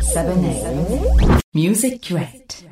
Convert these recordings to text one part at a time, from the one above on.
7A Music Crate.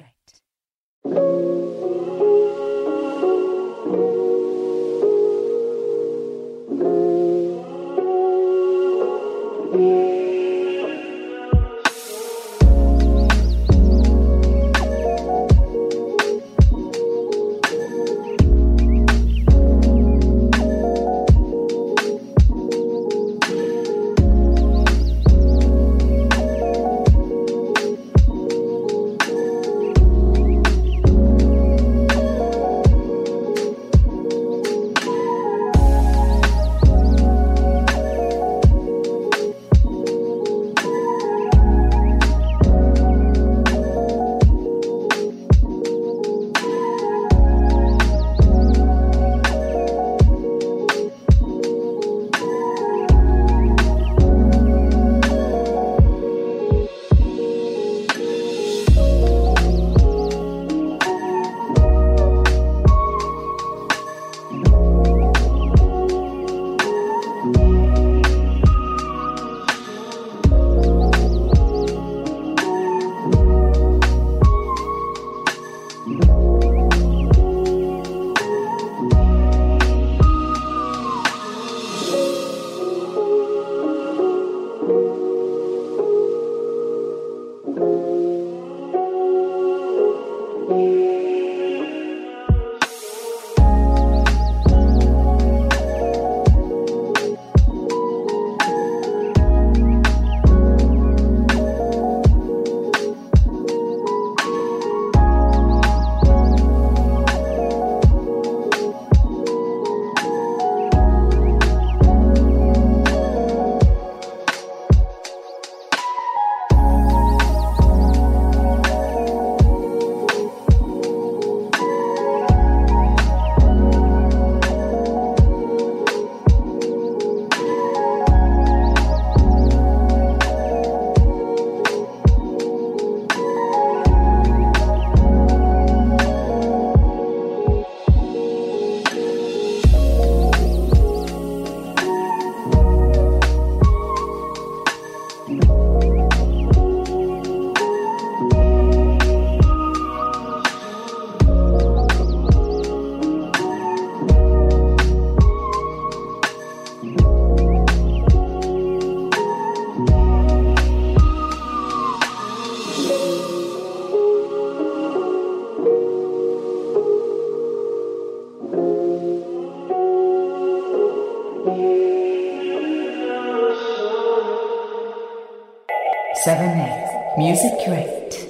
Music Crate.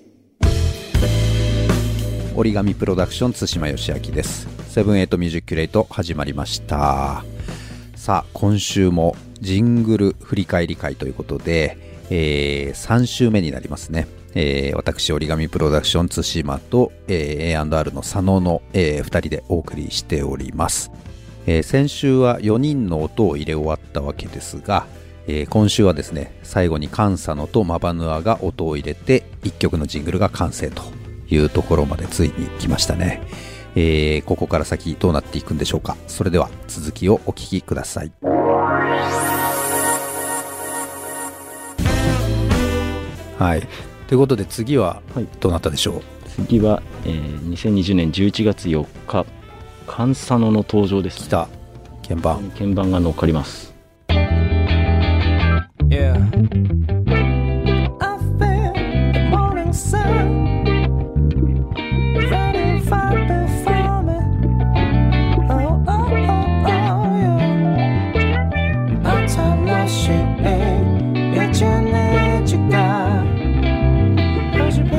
折り紙プロダクション津島義明です。セブンエイトミュージックキュレート始まりました。さあ今週もジングル振り返り会ということで、3週目になりますね。私折り紙プロダクション津島と、A&R の佐野の、2人でお送りしております。先週は4人の音を入れ終わったわけですが、今週はですね、最後にカンサノとマバヌアが音を入れて1曲のジングルが完成というところまでついに来ましたね。ここから先どうなっていくんでしょうか。それでは続きをお聞きください。はい、ということで次はどうなったでしょう。はい、 次は、2020年11月4日カンサノの登場です、ね。来た。鍵盤が乗っかります。 Yeah. I feel the morning sun running far before me. Oh, oh, oh, oh, yeah. I'm telling she ain't yet you need you got. Cause you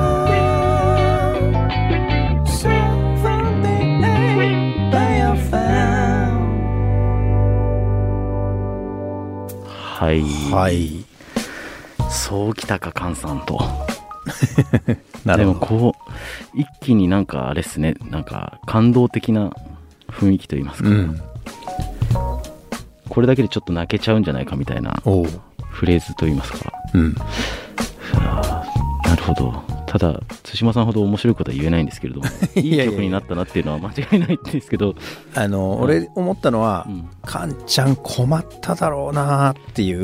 blind so from the end by your found. はいはい、 そうきたかカンさんとでもこう一気になんかあれですね、なんか感動的な雰囲気といいますか、これだけでちょっと泣けちゃうんじゃないかみたいなフレーズといいますか、 なるほど。 ただ対馬さんほど面白いことは言えないんですけれどもいい曲になったなっていうのは間違いないんですけど俺思ったのは、カンちゃん困っただろうなっていう、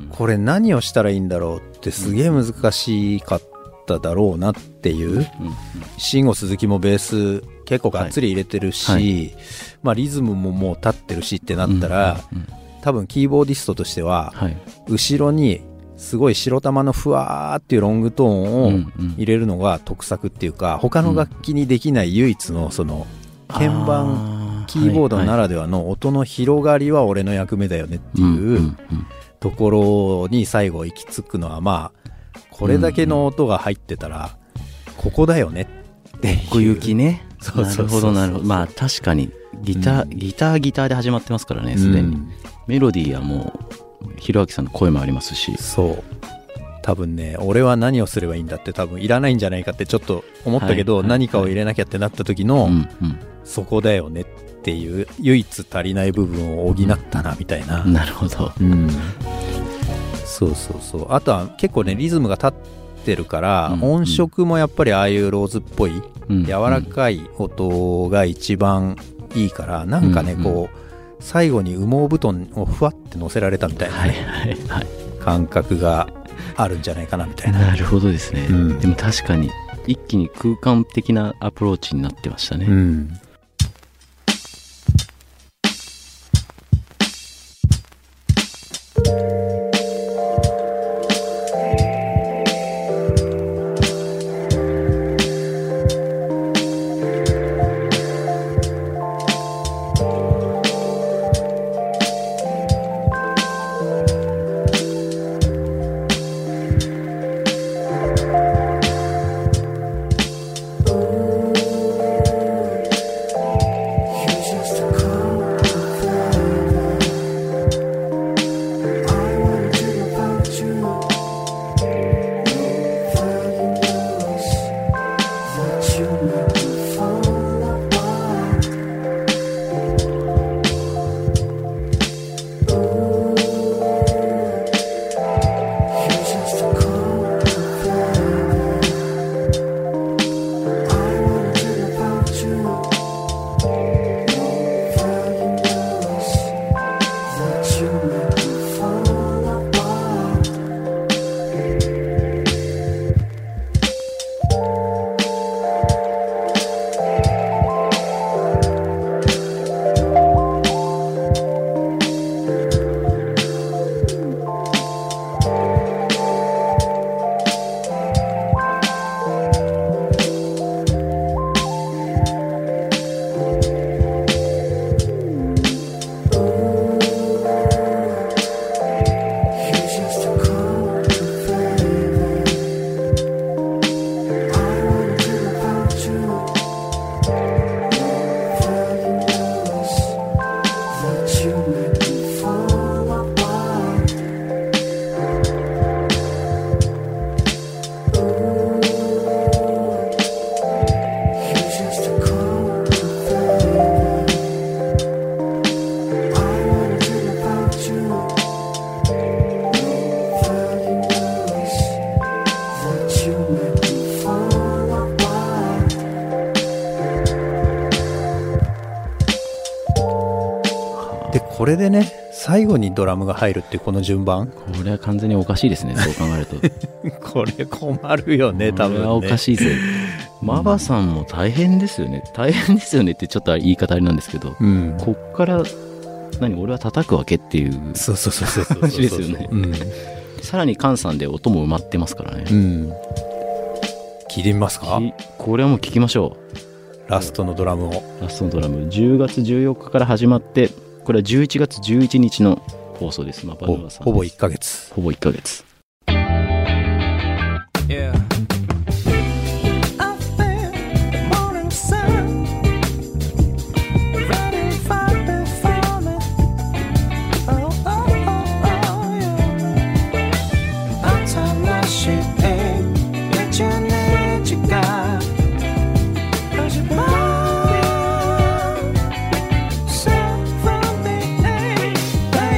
これ何をしたらいいんだろうってすげえ難しかっただろうなっていう、慎吾鈴木もベース結構がっつり入れてるし、まあ、リズムももう立ってるしってなったら、多分キーボーディストとしては、後ろにすごい白玉のふわーっていうロングトーンを入れるのが得策っていうか、他の楽器にできない唯一のその鍵盤キーボードならではの音の広がりは俺の役目だよねっていうところに最後行き着くのは、まあこれだけの音が入ってたらここだよねっていう。 奥行きね。 そうそうそうそう。 なるほどなるほど。まあ確かにギターで始まってますからね、すでに。メロディーはもうひろあきさんの声もありますし。 そう多分ね、俺は何をすればいいんだって多分いらないんじゃないかってちょっと思ったけど、何かを入れなきゃってなった時の、そこだよねっていう唯一足りない部分を補ったなみたいな。 なるほど。 そうそうそう。あとは結構ねリズムが立ってるから、音色もやっぱりああいうローズっぽい、柔らかい音が一番いいから、なんかね、こう最後に羽毛布団をふわって乗せられたみたいな、感覚があるんじゃないかなみたいな。 なるほどですね、でも確かに一気に空間的なアプローチになってましたね。 これでね最後にドラムが入るっていうこの順番、 これは完全におかしいですね、そう考えるとこれ困るよね多分ね。 これはおかしいぜ。マバさんも大変ですよね、大変ですよねってちょっと言い方あれなんですけど、こっから俺は叩くわけっていうそう話ですよね。さらに菅さんで音も埋まってますからね。 聞いてみますか。 これはもう聞きましょう。ラストのドラムを。 ラストのドラム10月14日から始まって、これは11月11日の放送です。バヌーバさん。 ほぼ1ヶ月。 ほぼ1ヶ月。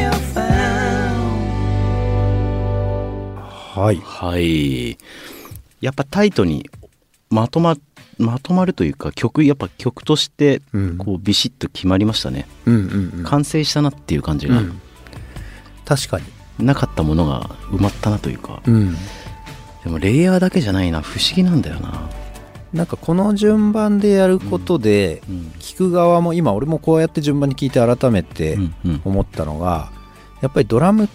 はい。 はい。 やっぱタイトにまとまるというか、やっぱ曲としてこうビシッと決まりましたね、完成したなっていう感じが、 確かになかったものが埋まったなというか、でもレイヤーだけじゃないな、不思議なんだよな。 なんかこの順番でやることで、聞く側も、今俺もこうやって順番に聞いて改めて思ったのが、やっぱりドラムって、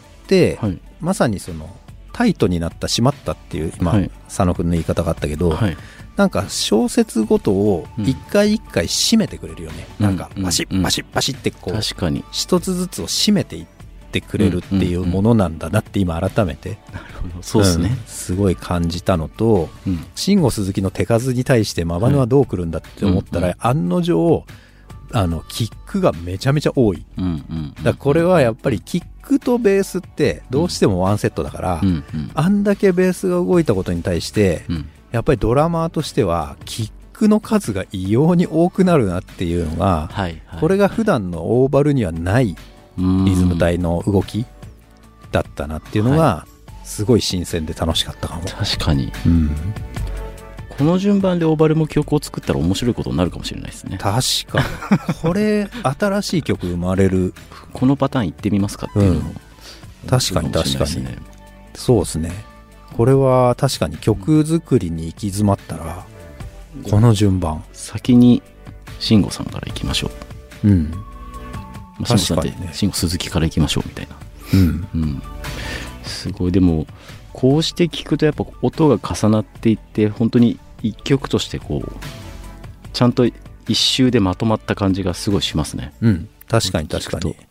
まさにそのタイトになった締まったっていう今、佐野くんの言い方があったけど、なんか小節ごとを一回一回締めてくれるよね、なんかバシッバシッバシッってこう確かに一つずつを締めていってくれるっていうものなんだなって今改めて、 そうですね、 すごい感じたのと、慎吾鈴木の手数に対してマバヌはどう来るんだって思ったら、案の定キックがめちゃめちゃ多い、だからこれはやっぱりキックとベースってどうしてもワンセットだから、あんだけベースが動いたことに対して、やっぱりドラマーとしてはキックの数が異様に多くなるなっていうのが、これが普段のオーバルにはないリズム体の動きだったなっていうのがすごい新鮮で楽しかったかも。 確かに、この順番でオーバルも曲を作ったら面白いことになるかもしれないですね。 確かにこれ新しい曲生まれるこのパターン行ってみますかっていうのも、 確かに確かに、そうですね。これは確かに曲作りに行き詰まったらこの順番、 先に慎吾さんから行きましょう。慎吾さんって慎吾鈴木から行きましょうみたいな、すごい。でもこうして聞くとやっぱ音が重なっていって、本当に一曲としてこうちゃんと一周でまとまった感じがすごいしますね。 確かに確かに。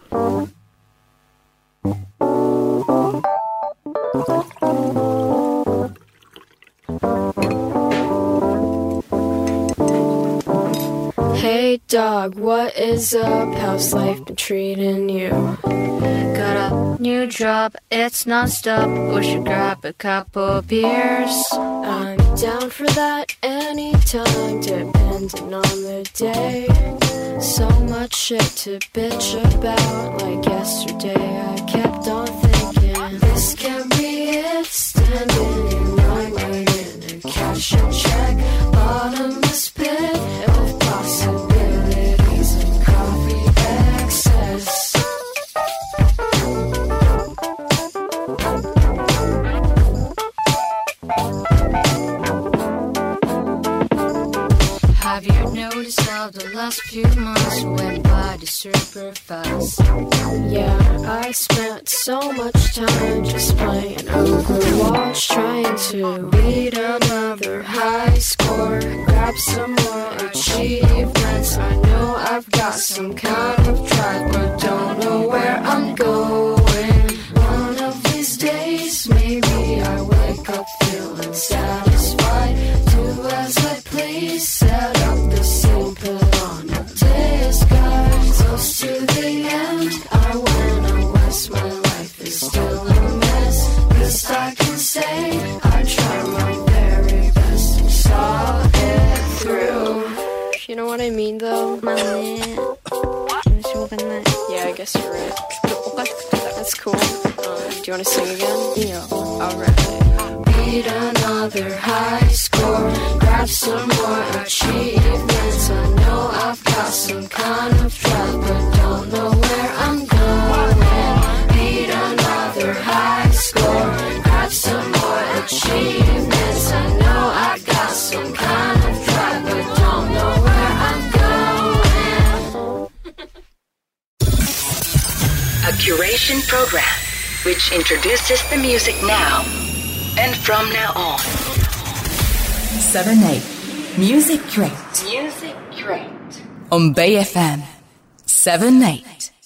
Hey dog, what is up? How's life been treating you? Got a new job, it's non-stop. We should grab a couple beers. I'm down for that anytime, depending on the day. So much shit to bitch about. Like yesterday, I kept on thinking this can't be it. Standing in my lane in a cash and check bottomless pit of possibilities and coffee excess. Have you noticed how the last few months went by super fast? Yeah, I spent so much time just playing Overwatch, trying to beat another high score, grab some more achievements. I know I've got some kind of drive, but don't know where I'm going. One of these days, maybe I wake up feeling satisfied. Do as I please, set up the same pillow, no disguise. Close to the end, I wanna west. My life is still a mess. Least I can say, I tried my very best and saw it through. You know what I mean, though? Yeah, I guess you're right. That's cool. Do you want to sing again? Yeah. Alright. Beat another high score, grab some more achievements. I know I've got some kind of drive, but don't know where I'm going. Beat another high score, grab some more achievements. I know I got some kind of drive, but don't know where I'm going. A curation program which introduces the music now and from now on. 7-8 Music Crate. Music Crate. On Bay FM 7-8.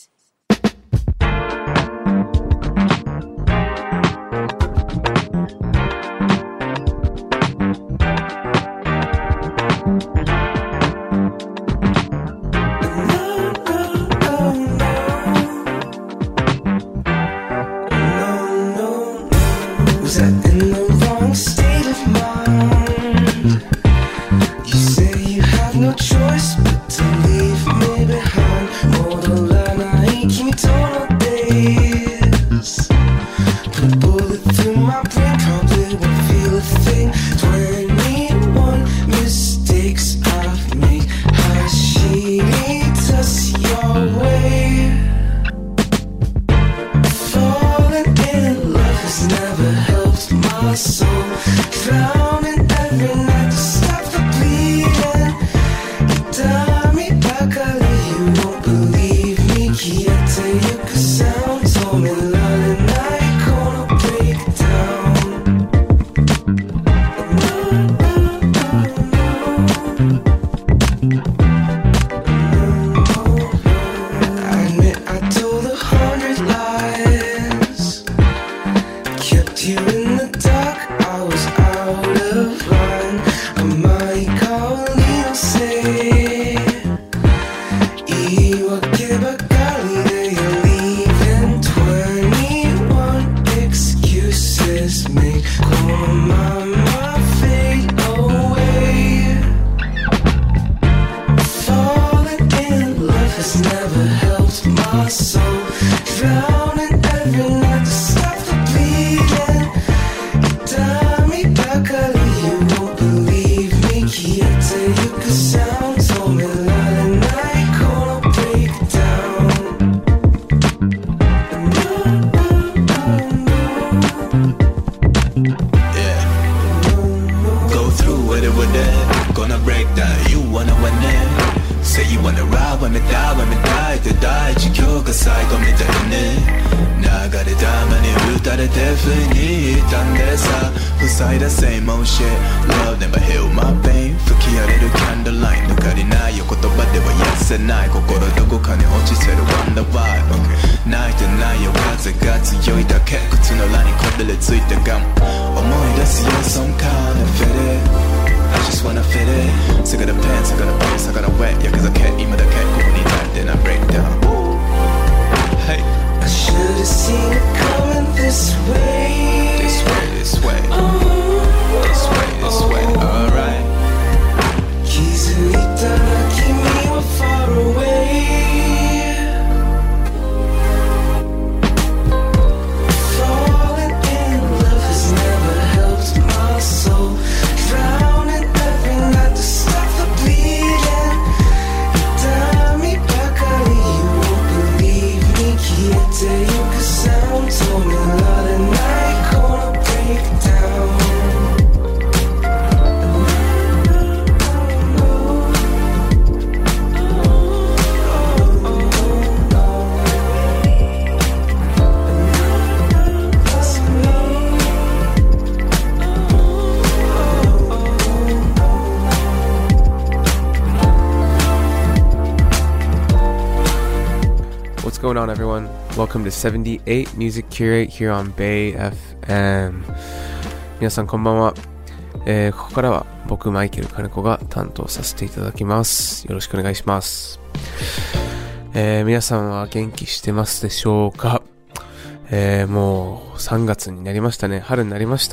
Was I in the wrong state of mind? You say you have no choice but to leave me behind. Hold on, line, I ain't keep me total days. Put a bullet through my brain, probably won't feel a nothing. 21 mistakes I've made. How she leads us your way. Falling in love has never helped my soul. Drowning every night to stop the bleeding. Itami bakari, you won't believe me. Kiete yuku sound told me darling I gonna break down. I admit I told 100 lies, kept you in the dark, I was out of line. I might call you say, Iwake bakari de you're leaving. 21 excuses made, call my fade away. Falling in love has never helped my soul. Drowning every night to stop the bleeding. Itami bakari, you won't believe me. Kiete yuku sound told me darling I gonna break down. Yeah. Go through with it with it. Gonna break down. You wanna win it. Say you wanna ride when me die, when me die to die. 地球が最後みたいね。流れ玉に打たれて不にいたんでさ。塞いだ same old shit. Love never heal my pain. 吹き荒れる candlelight. 抜かりないよ言葉では癒せない。心どこかに落ちてる wonder why. 泣いてないよ風が強いだけ。靴の裏にこびりついたガム。思い出すよ some kind of fit.I just wanna fit it. Sick of the pants, I gotta bounce, I gotta wet. Yeah, cause I can't, 今だけここにいたい then I break down. Hey, I should've seen it coming this way. this way, this way. This way, this way, alright. 気づいたら君は far away. Falling in love has never helped my soul. Drowning every night to stop the bleeding. Itami bakari, you won't believe me. Kiete yuku sound told me darling I gonna break down. What's going on, everyone? Welcome to 78 Music Curate here on Bay FM. 皆さんこんばんは。ここからは僕マイケル金子が担当させていただきます。よろしくお願いします。皆さんは元気してますでしょうか？もう3月になりましたね。春になりました。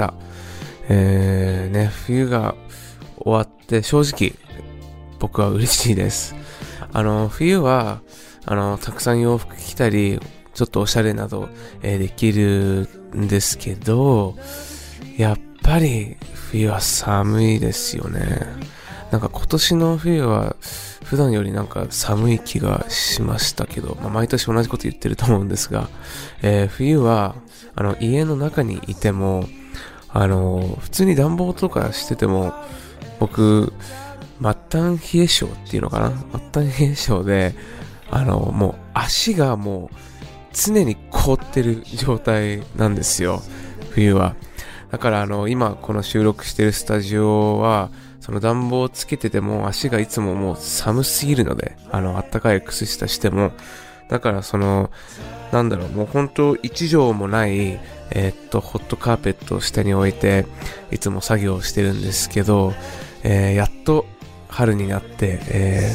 冬が終わって正直僕は嬉しいです。冬はたくさん洋服着たりちょっとおしゃれなど、できるんですけど、やっぱり冬は寒いですよね。なんか今年の冬は普段よりなんか寒い気がしましたけど、毎年同じこと言ってると思うんですが、冬は家の中にいても普通に暖房とかしてても僕末端冷え性っていうのかな、末端冷え性でもう足がもう常に凍ってる状態なんですよ、冬は。だから今この収録してるスタジオはその暖房をつけてても足がいつももう寒すぎるので、あったかい靴下しても、だからもう本当一畳もないホットカーペットを下に置いていつも作業してるんですけど、やっと春になって、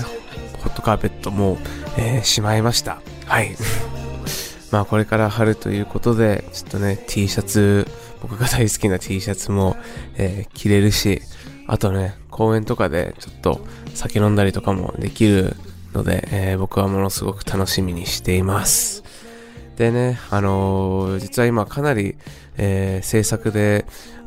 ホットカーペットも、しまいました。はい。これから春ということでちょっとね T シャツ、僕が大好きな T シャツも、着れるし、あとね公園とかでちょっと酒飲んだりとかもできるので、僕はものすごく楽しみにしています。でね、実は今かなり、制作で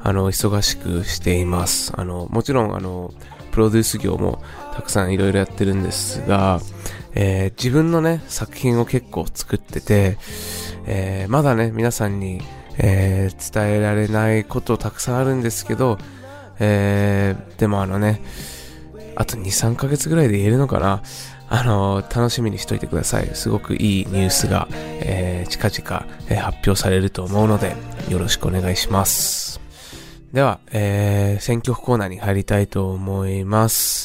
忙しくしています。もちろん、プロデュース業もたくさんいろいろやってるんですが、自分のね、作品を結構作ってて、まだね、皆さんに、伝えられないことたくさんあるんですけど、でもあと2、3ヶ月ぐらいで言えるのかな。楽しみにしといてください。すごくいいニュースが、近々、発表されると思うので、よろしくお願いします。では、選曲コーナーに入りたいと思います。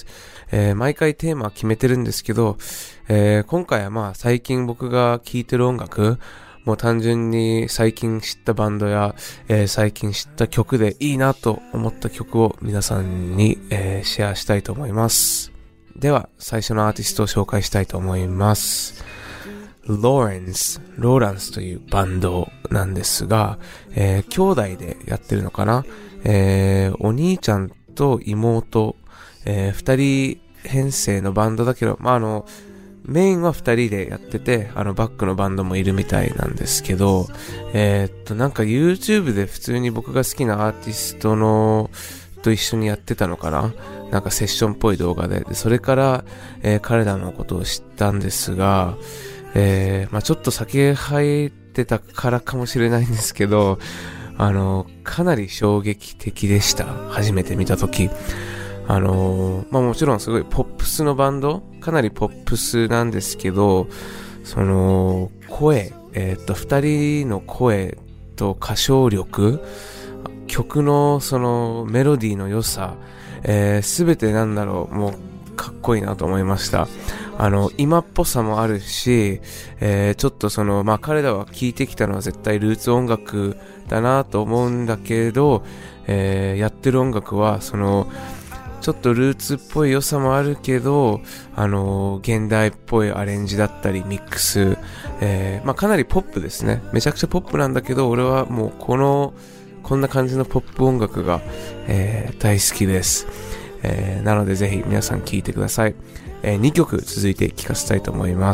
毎回テーマ決めてるんですけど、今回は最近僕が聴いてる音楽、もう単純に最近知ったバンドや、最近知った曲でいいなと思った曲を皆さんに、シェアしたいと思います。では、最初のアーティストを紹介したいと思います。ローランスというバンドなんですが、兄弟でやってるのかな。お兄ちゃんと妹、二人編成のバンドだけど、メインは二人でやってて、バックのバンドもいるみたいなんですけど、なんか YouTube で普通に僕が好きなアーティストのと一緒にやってたのかな、なんかセッションっぽい動画で、それから、彼らのことを知ったんですが、ちょっと酒入ってたからかもしれないんですけど、かなり衝撃的でした。初めて見たとき。もちろんすごいポップスのバンド、かなりポップスなんですけど、その声、二人の声と歌唱力、曲のそのメロディーの良さ、すべてもうかっこいいなと思いました。今っぽさもあるし、ちょっと彼らは聴いてきたのは絶対ルーツ音楽だなと思うんだけど、やってる音楽はちょっとルーツっぽい良さもあるけど、現代っぽいアレンジだったりミックス、かなりポップですね。めちゃくちゃポップなんだけど、俺はもうこんな感じのポップ音楽が、大好きです。なのでぜひ皆さん聴いてください。2曲続いて聴かせたいと思います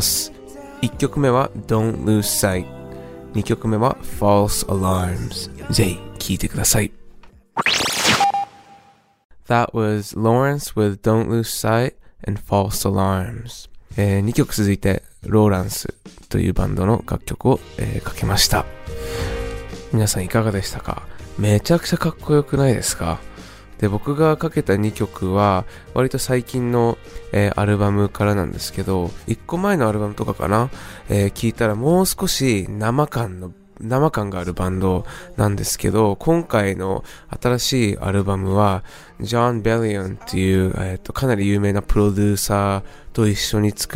。1曲目は Don't Lose Sight、 2曲目は False Alarms。 ぜひ聴いてください。That was Lawrence with Don't Lose Sight and False Alarms。2曲続いてローランスというバンドの楽曲を、かけました。皆さんいかがでしたか？めちゃくちゃかっこよくないですか？で、僕がかけた2曲は割と最近の、アルバムからなんですけど、1個前のアルバムとかかな、聞いたらもう少し生感があるバンドなんですけど、今回の新しいアルバムはジョン・ベリオンっていう、かなり有名なプロデューサーと一緒に作って、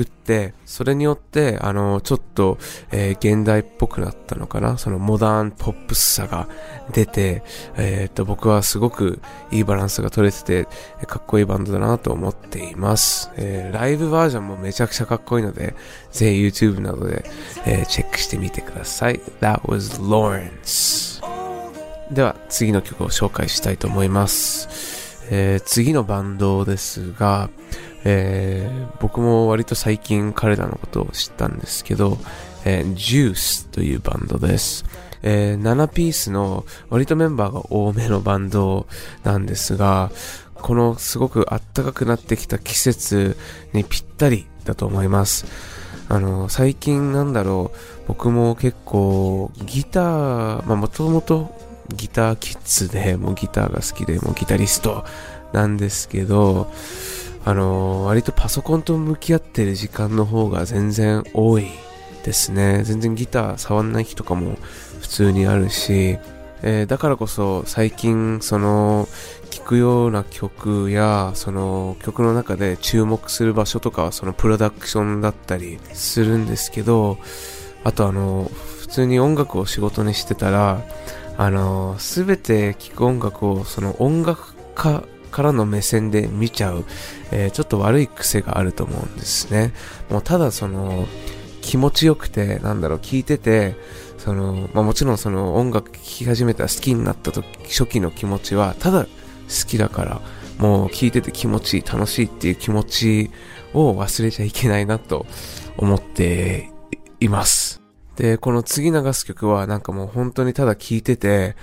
それによってちょっと、現代っぽくなったのかな、そのモダンポップスさが出て、僕はすごくいいバランスが取れててかっこいいバンドだなと思っています。ライブバージョンもめちゃくちゃかっこいいので、ぜひ YouTube などで、チェックしてみてください。That was Lawrence。 では次の曲を紹介したいと思います。次のバンドですが、僕も割と最近彼らのことを知ったんですけど、Juice というバンドです。7ピースの割とメンバーが多めのバンドなんですが、このすごく暖かくなってきた季節にぴったりだと思います。最近僕も結構ギター、もともとギターキッズで、もうギターが好きで、もうギタリストなんですけど、割とパソコンと向き合ってる時間の方が全然多いですね。全然ギター触んない日とかも普通にあるし、だからこそ最近聴くような曲やその曲の中で注目する場所とかはそのプロダクションだったりするんですけど、あと普通に音楽を仕事にしてたらすべて聴く音楽をその音楽家からの目線で見ちゃう、ちょっと悪い癖があると思うんですね。もうただ気持ちよくて聴いててもちろん音楽聴き始めたら好きになった時初期の気持ちはただ好きだから、もう聴いてて気持ちいい、楽しいっていう気持ちを忘れちゃいけないなと思っています。で、この次流す曲はもう本当にただ聴いてて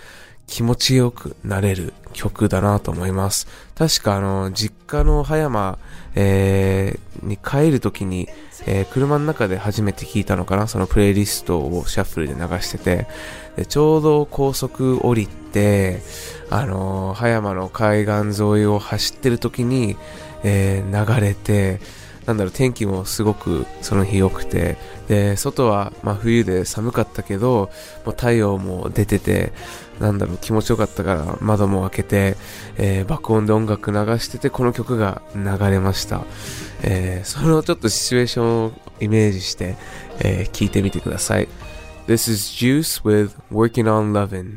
気持ちよくなれる曲だなと思います。確か実家の葉山、に帰るときに、車の中で初めて聴いたのかな、そのプレイリストをシャッフルで流してて、でちょうど高速降りて、葉山の海岸沿いを走ってるときに、流れて、天気もすごくその日良くて、で、外は冬で寒かったけど、もう太陽も出てて、気持ちよかったから窓も開けて、爆音で音楽流してて、この曲が流れました。そのちょっとシチュエーションをイメージして、聞いてみてください。This is Juice with Working on Lovin'.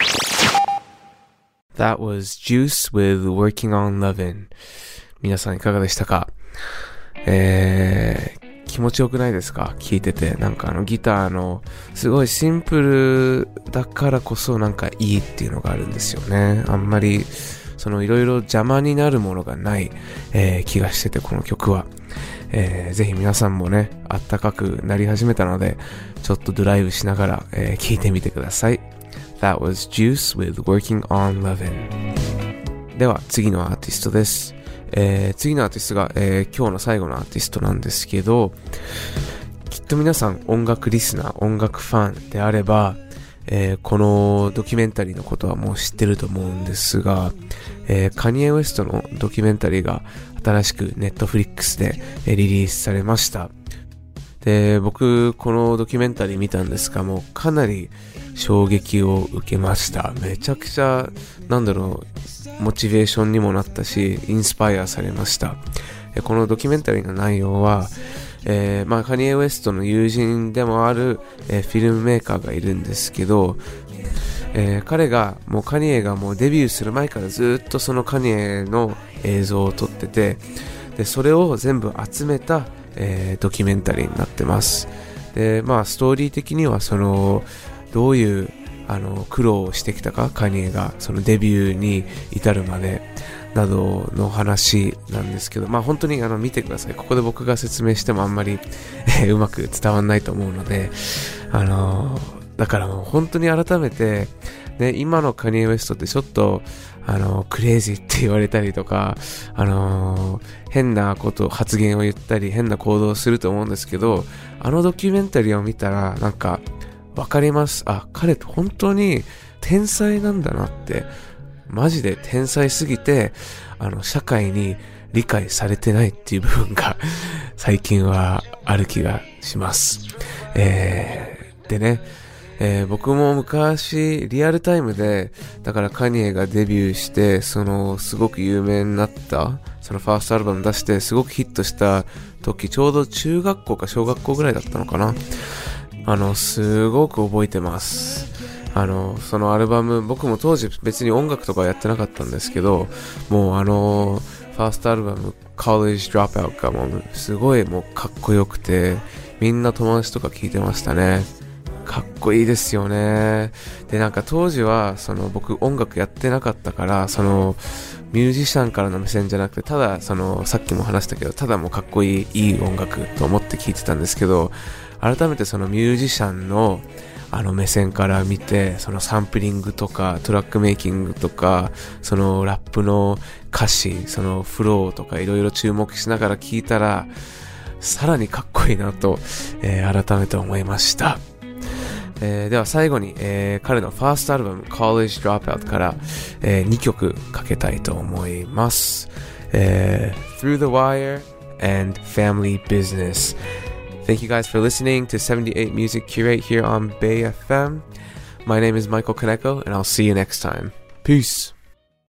That was Juice with Working on Lovin'. 皆さんいかがでしたか？気持ちよくないですか？聴いてて。ギターのすごいシンプルだからこそいいっていうのがあるんですよね。あんまりいろいろ邪魔になるものがない、気がしてて、この曲は。ぜひ皆さんもね、あったかくなり始めたので、ちょっとドライブしながら、聴いてみてください。That was Juice with Working on Lovin'. では次のアーティストです。次のアーティストが、今日の最後のアーティストなんですけど、きっと皆さん音楽リスナー、音楽ファンであれば、このドキュメンタリーのことはもう知ってると思うんですが、カニエ・ウェストのドキュメンタリーが新しくネットフリックスでリリースされました。で、僕このドキュメンタリー見たんですが、もうかなり衝撃を受けました。めちゃくちゃモチベーションにもなったし、インスパイアされました。このドキュメンタリーの内容は、カニエ・ウェストの友人でもある、フィルムメーカーがいるんですけど、彼がカニエがデビューする前からずっとそのカニエの映像を撮ってて、でそれを全部集めた、ドキュメンタリーになってます。で、ストーリー的にはどういう苦労をしてきたか、カニエがそのデビューに至るまでなどの話なんですけど、本当に見てください。ここで僕が説明してもあんまりうまく伝わんないと思うので、だからもう本当に改めて、ね、今のカニエ・ウェストってちょっとクレイジーって言われたりとか、変な発言を言ったり変な行動をすると思うんですけど、ドキュメンタリーを見たらわかります。彼って本当に天才なんだなって。マジで天才すぎて、社会に理解されてないっていう部分が最近はある気がします。でね、僕も昔リアルタイムで、だからカニエがデビューして、すごく有名になった、そのファーストアルバム出してすごくヒットした時、ちょうど中学校か小学校ぐらいだったのかな。すごく覚えてます。そのアルバム、僕も当時別に音楽とかやってなかったんですけど、もうファーストアルバム College Dropout がもうすごいかっこよくて、みんな友達とか聞いてましたね。かっこいいですよね。で、当時は僕音楽やってなかったから、ミュージシャンからの目線じゃなくて、たださっきも話したけど、ただもうかっこいい音楽と思って聞いてたんですけど、改めてミュージシャンの目線から見て、サンプリングとかトラックメイキングとか、ラップの歌詞、フローとかいろいろ注目しながら聞いたら、さらにかっこいいなと、改めて思いました。では最後に、彼のファーストアルバム College Dropout から、2曲かけたいと思います。Through the Wire and Family Business. Thank you guys for listening to 78 Music Curate here on Bay FM. My name is Michael Kaneko, and I'll see you next time. Peace.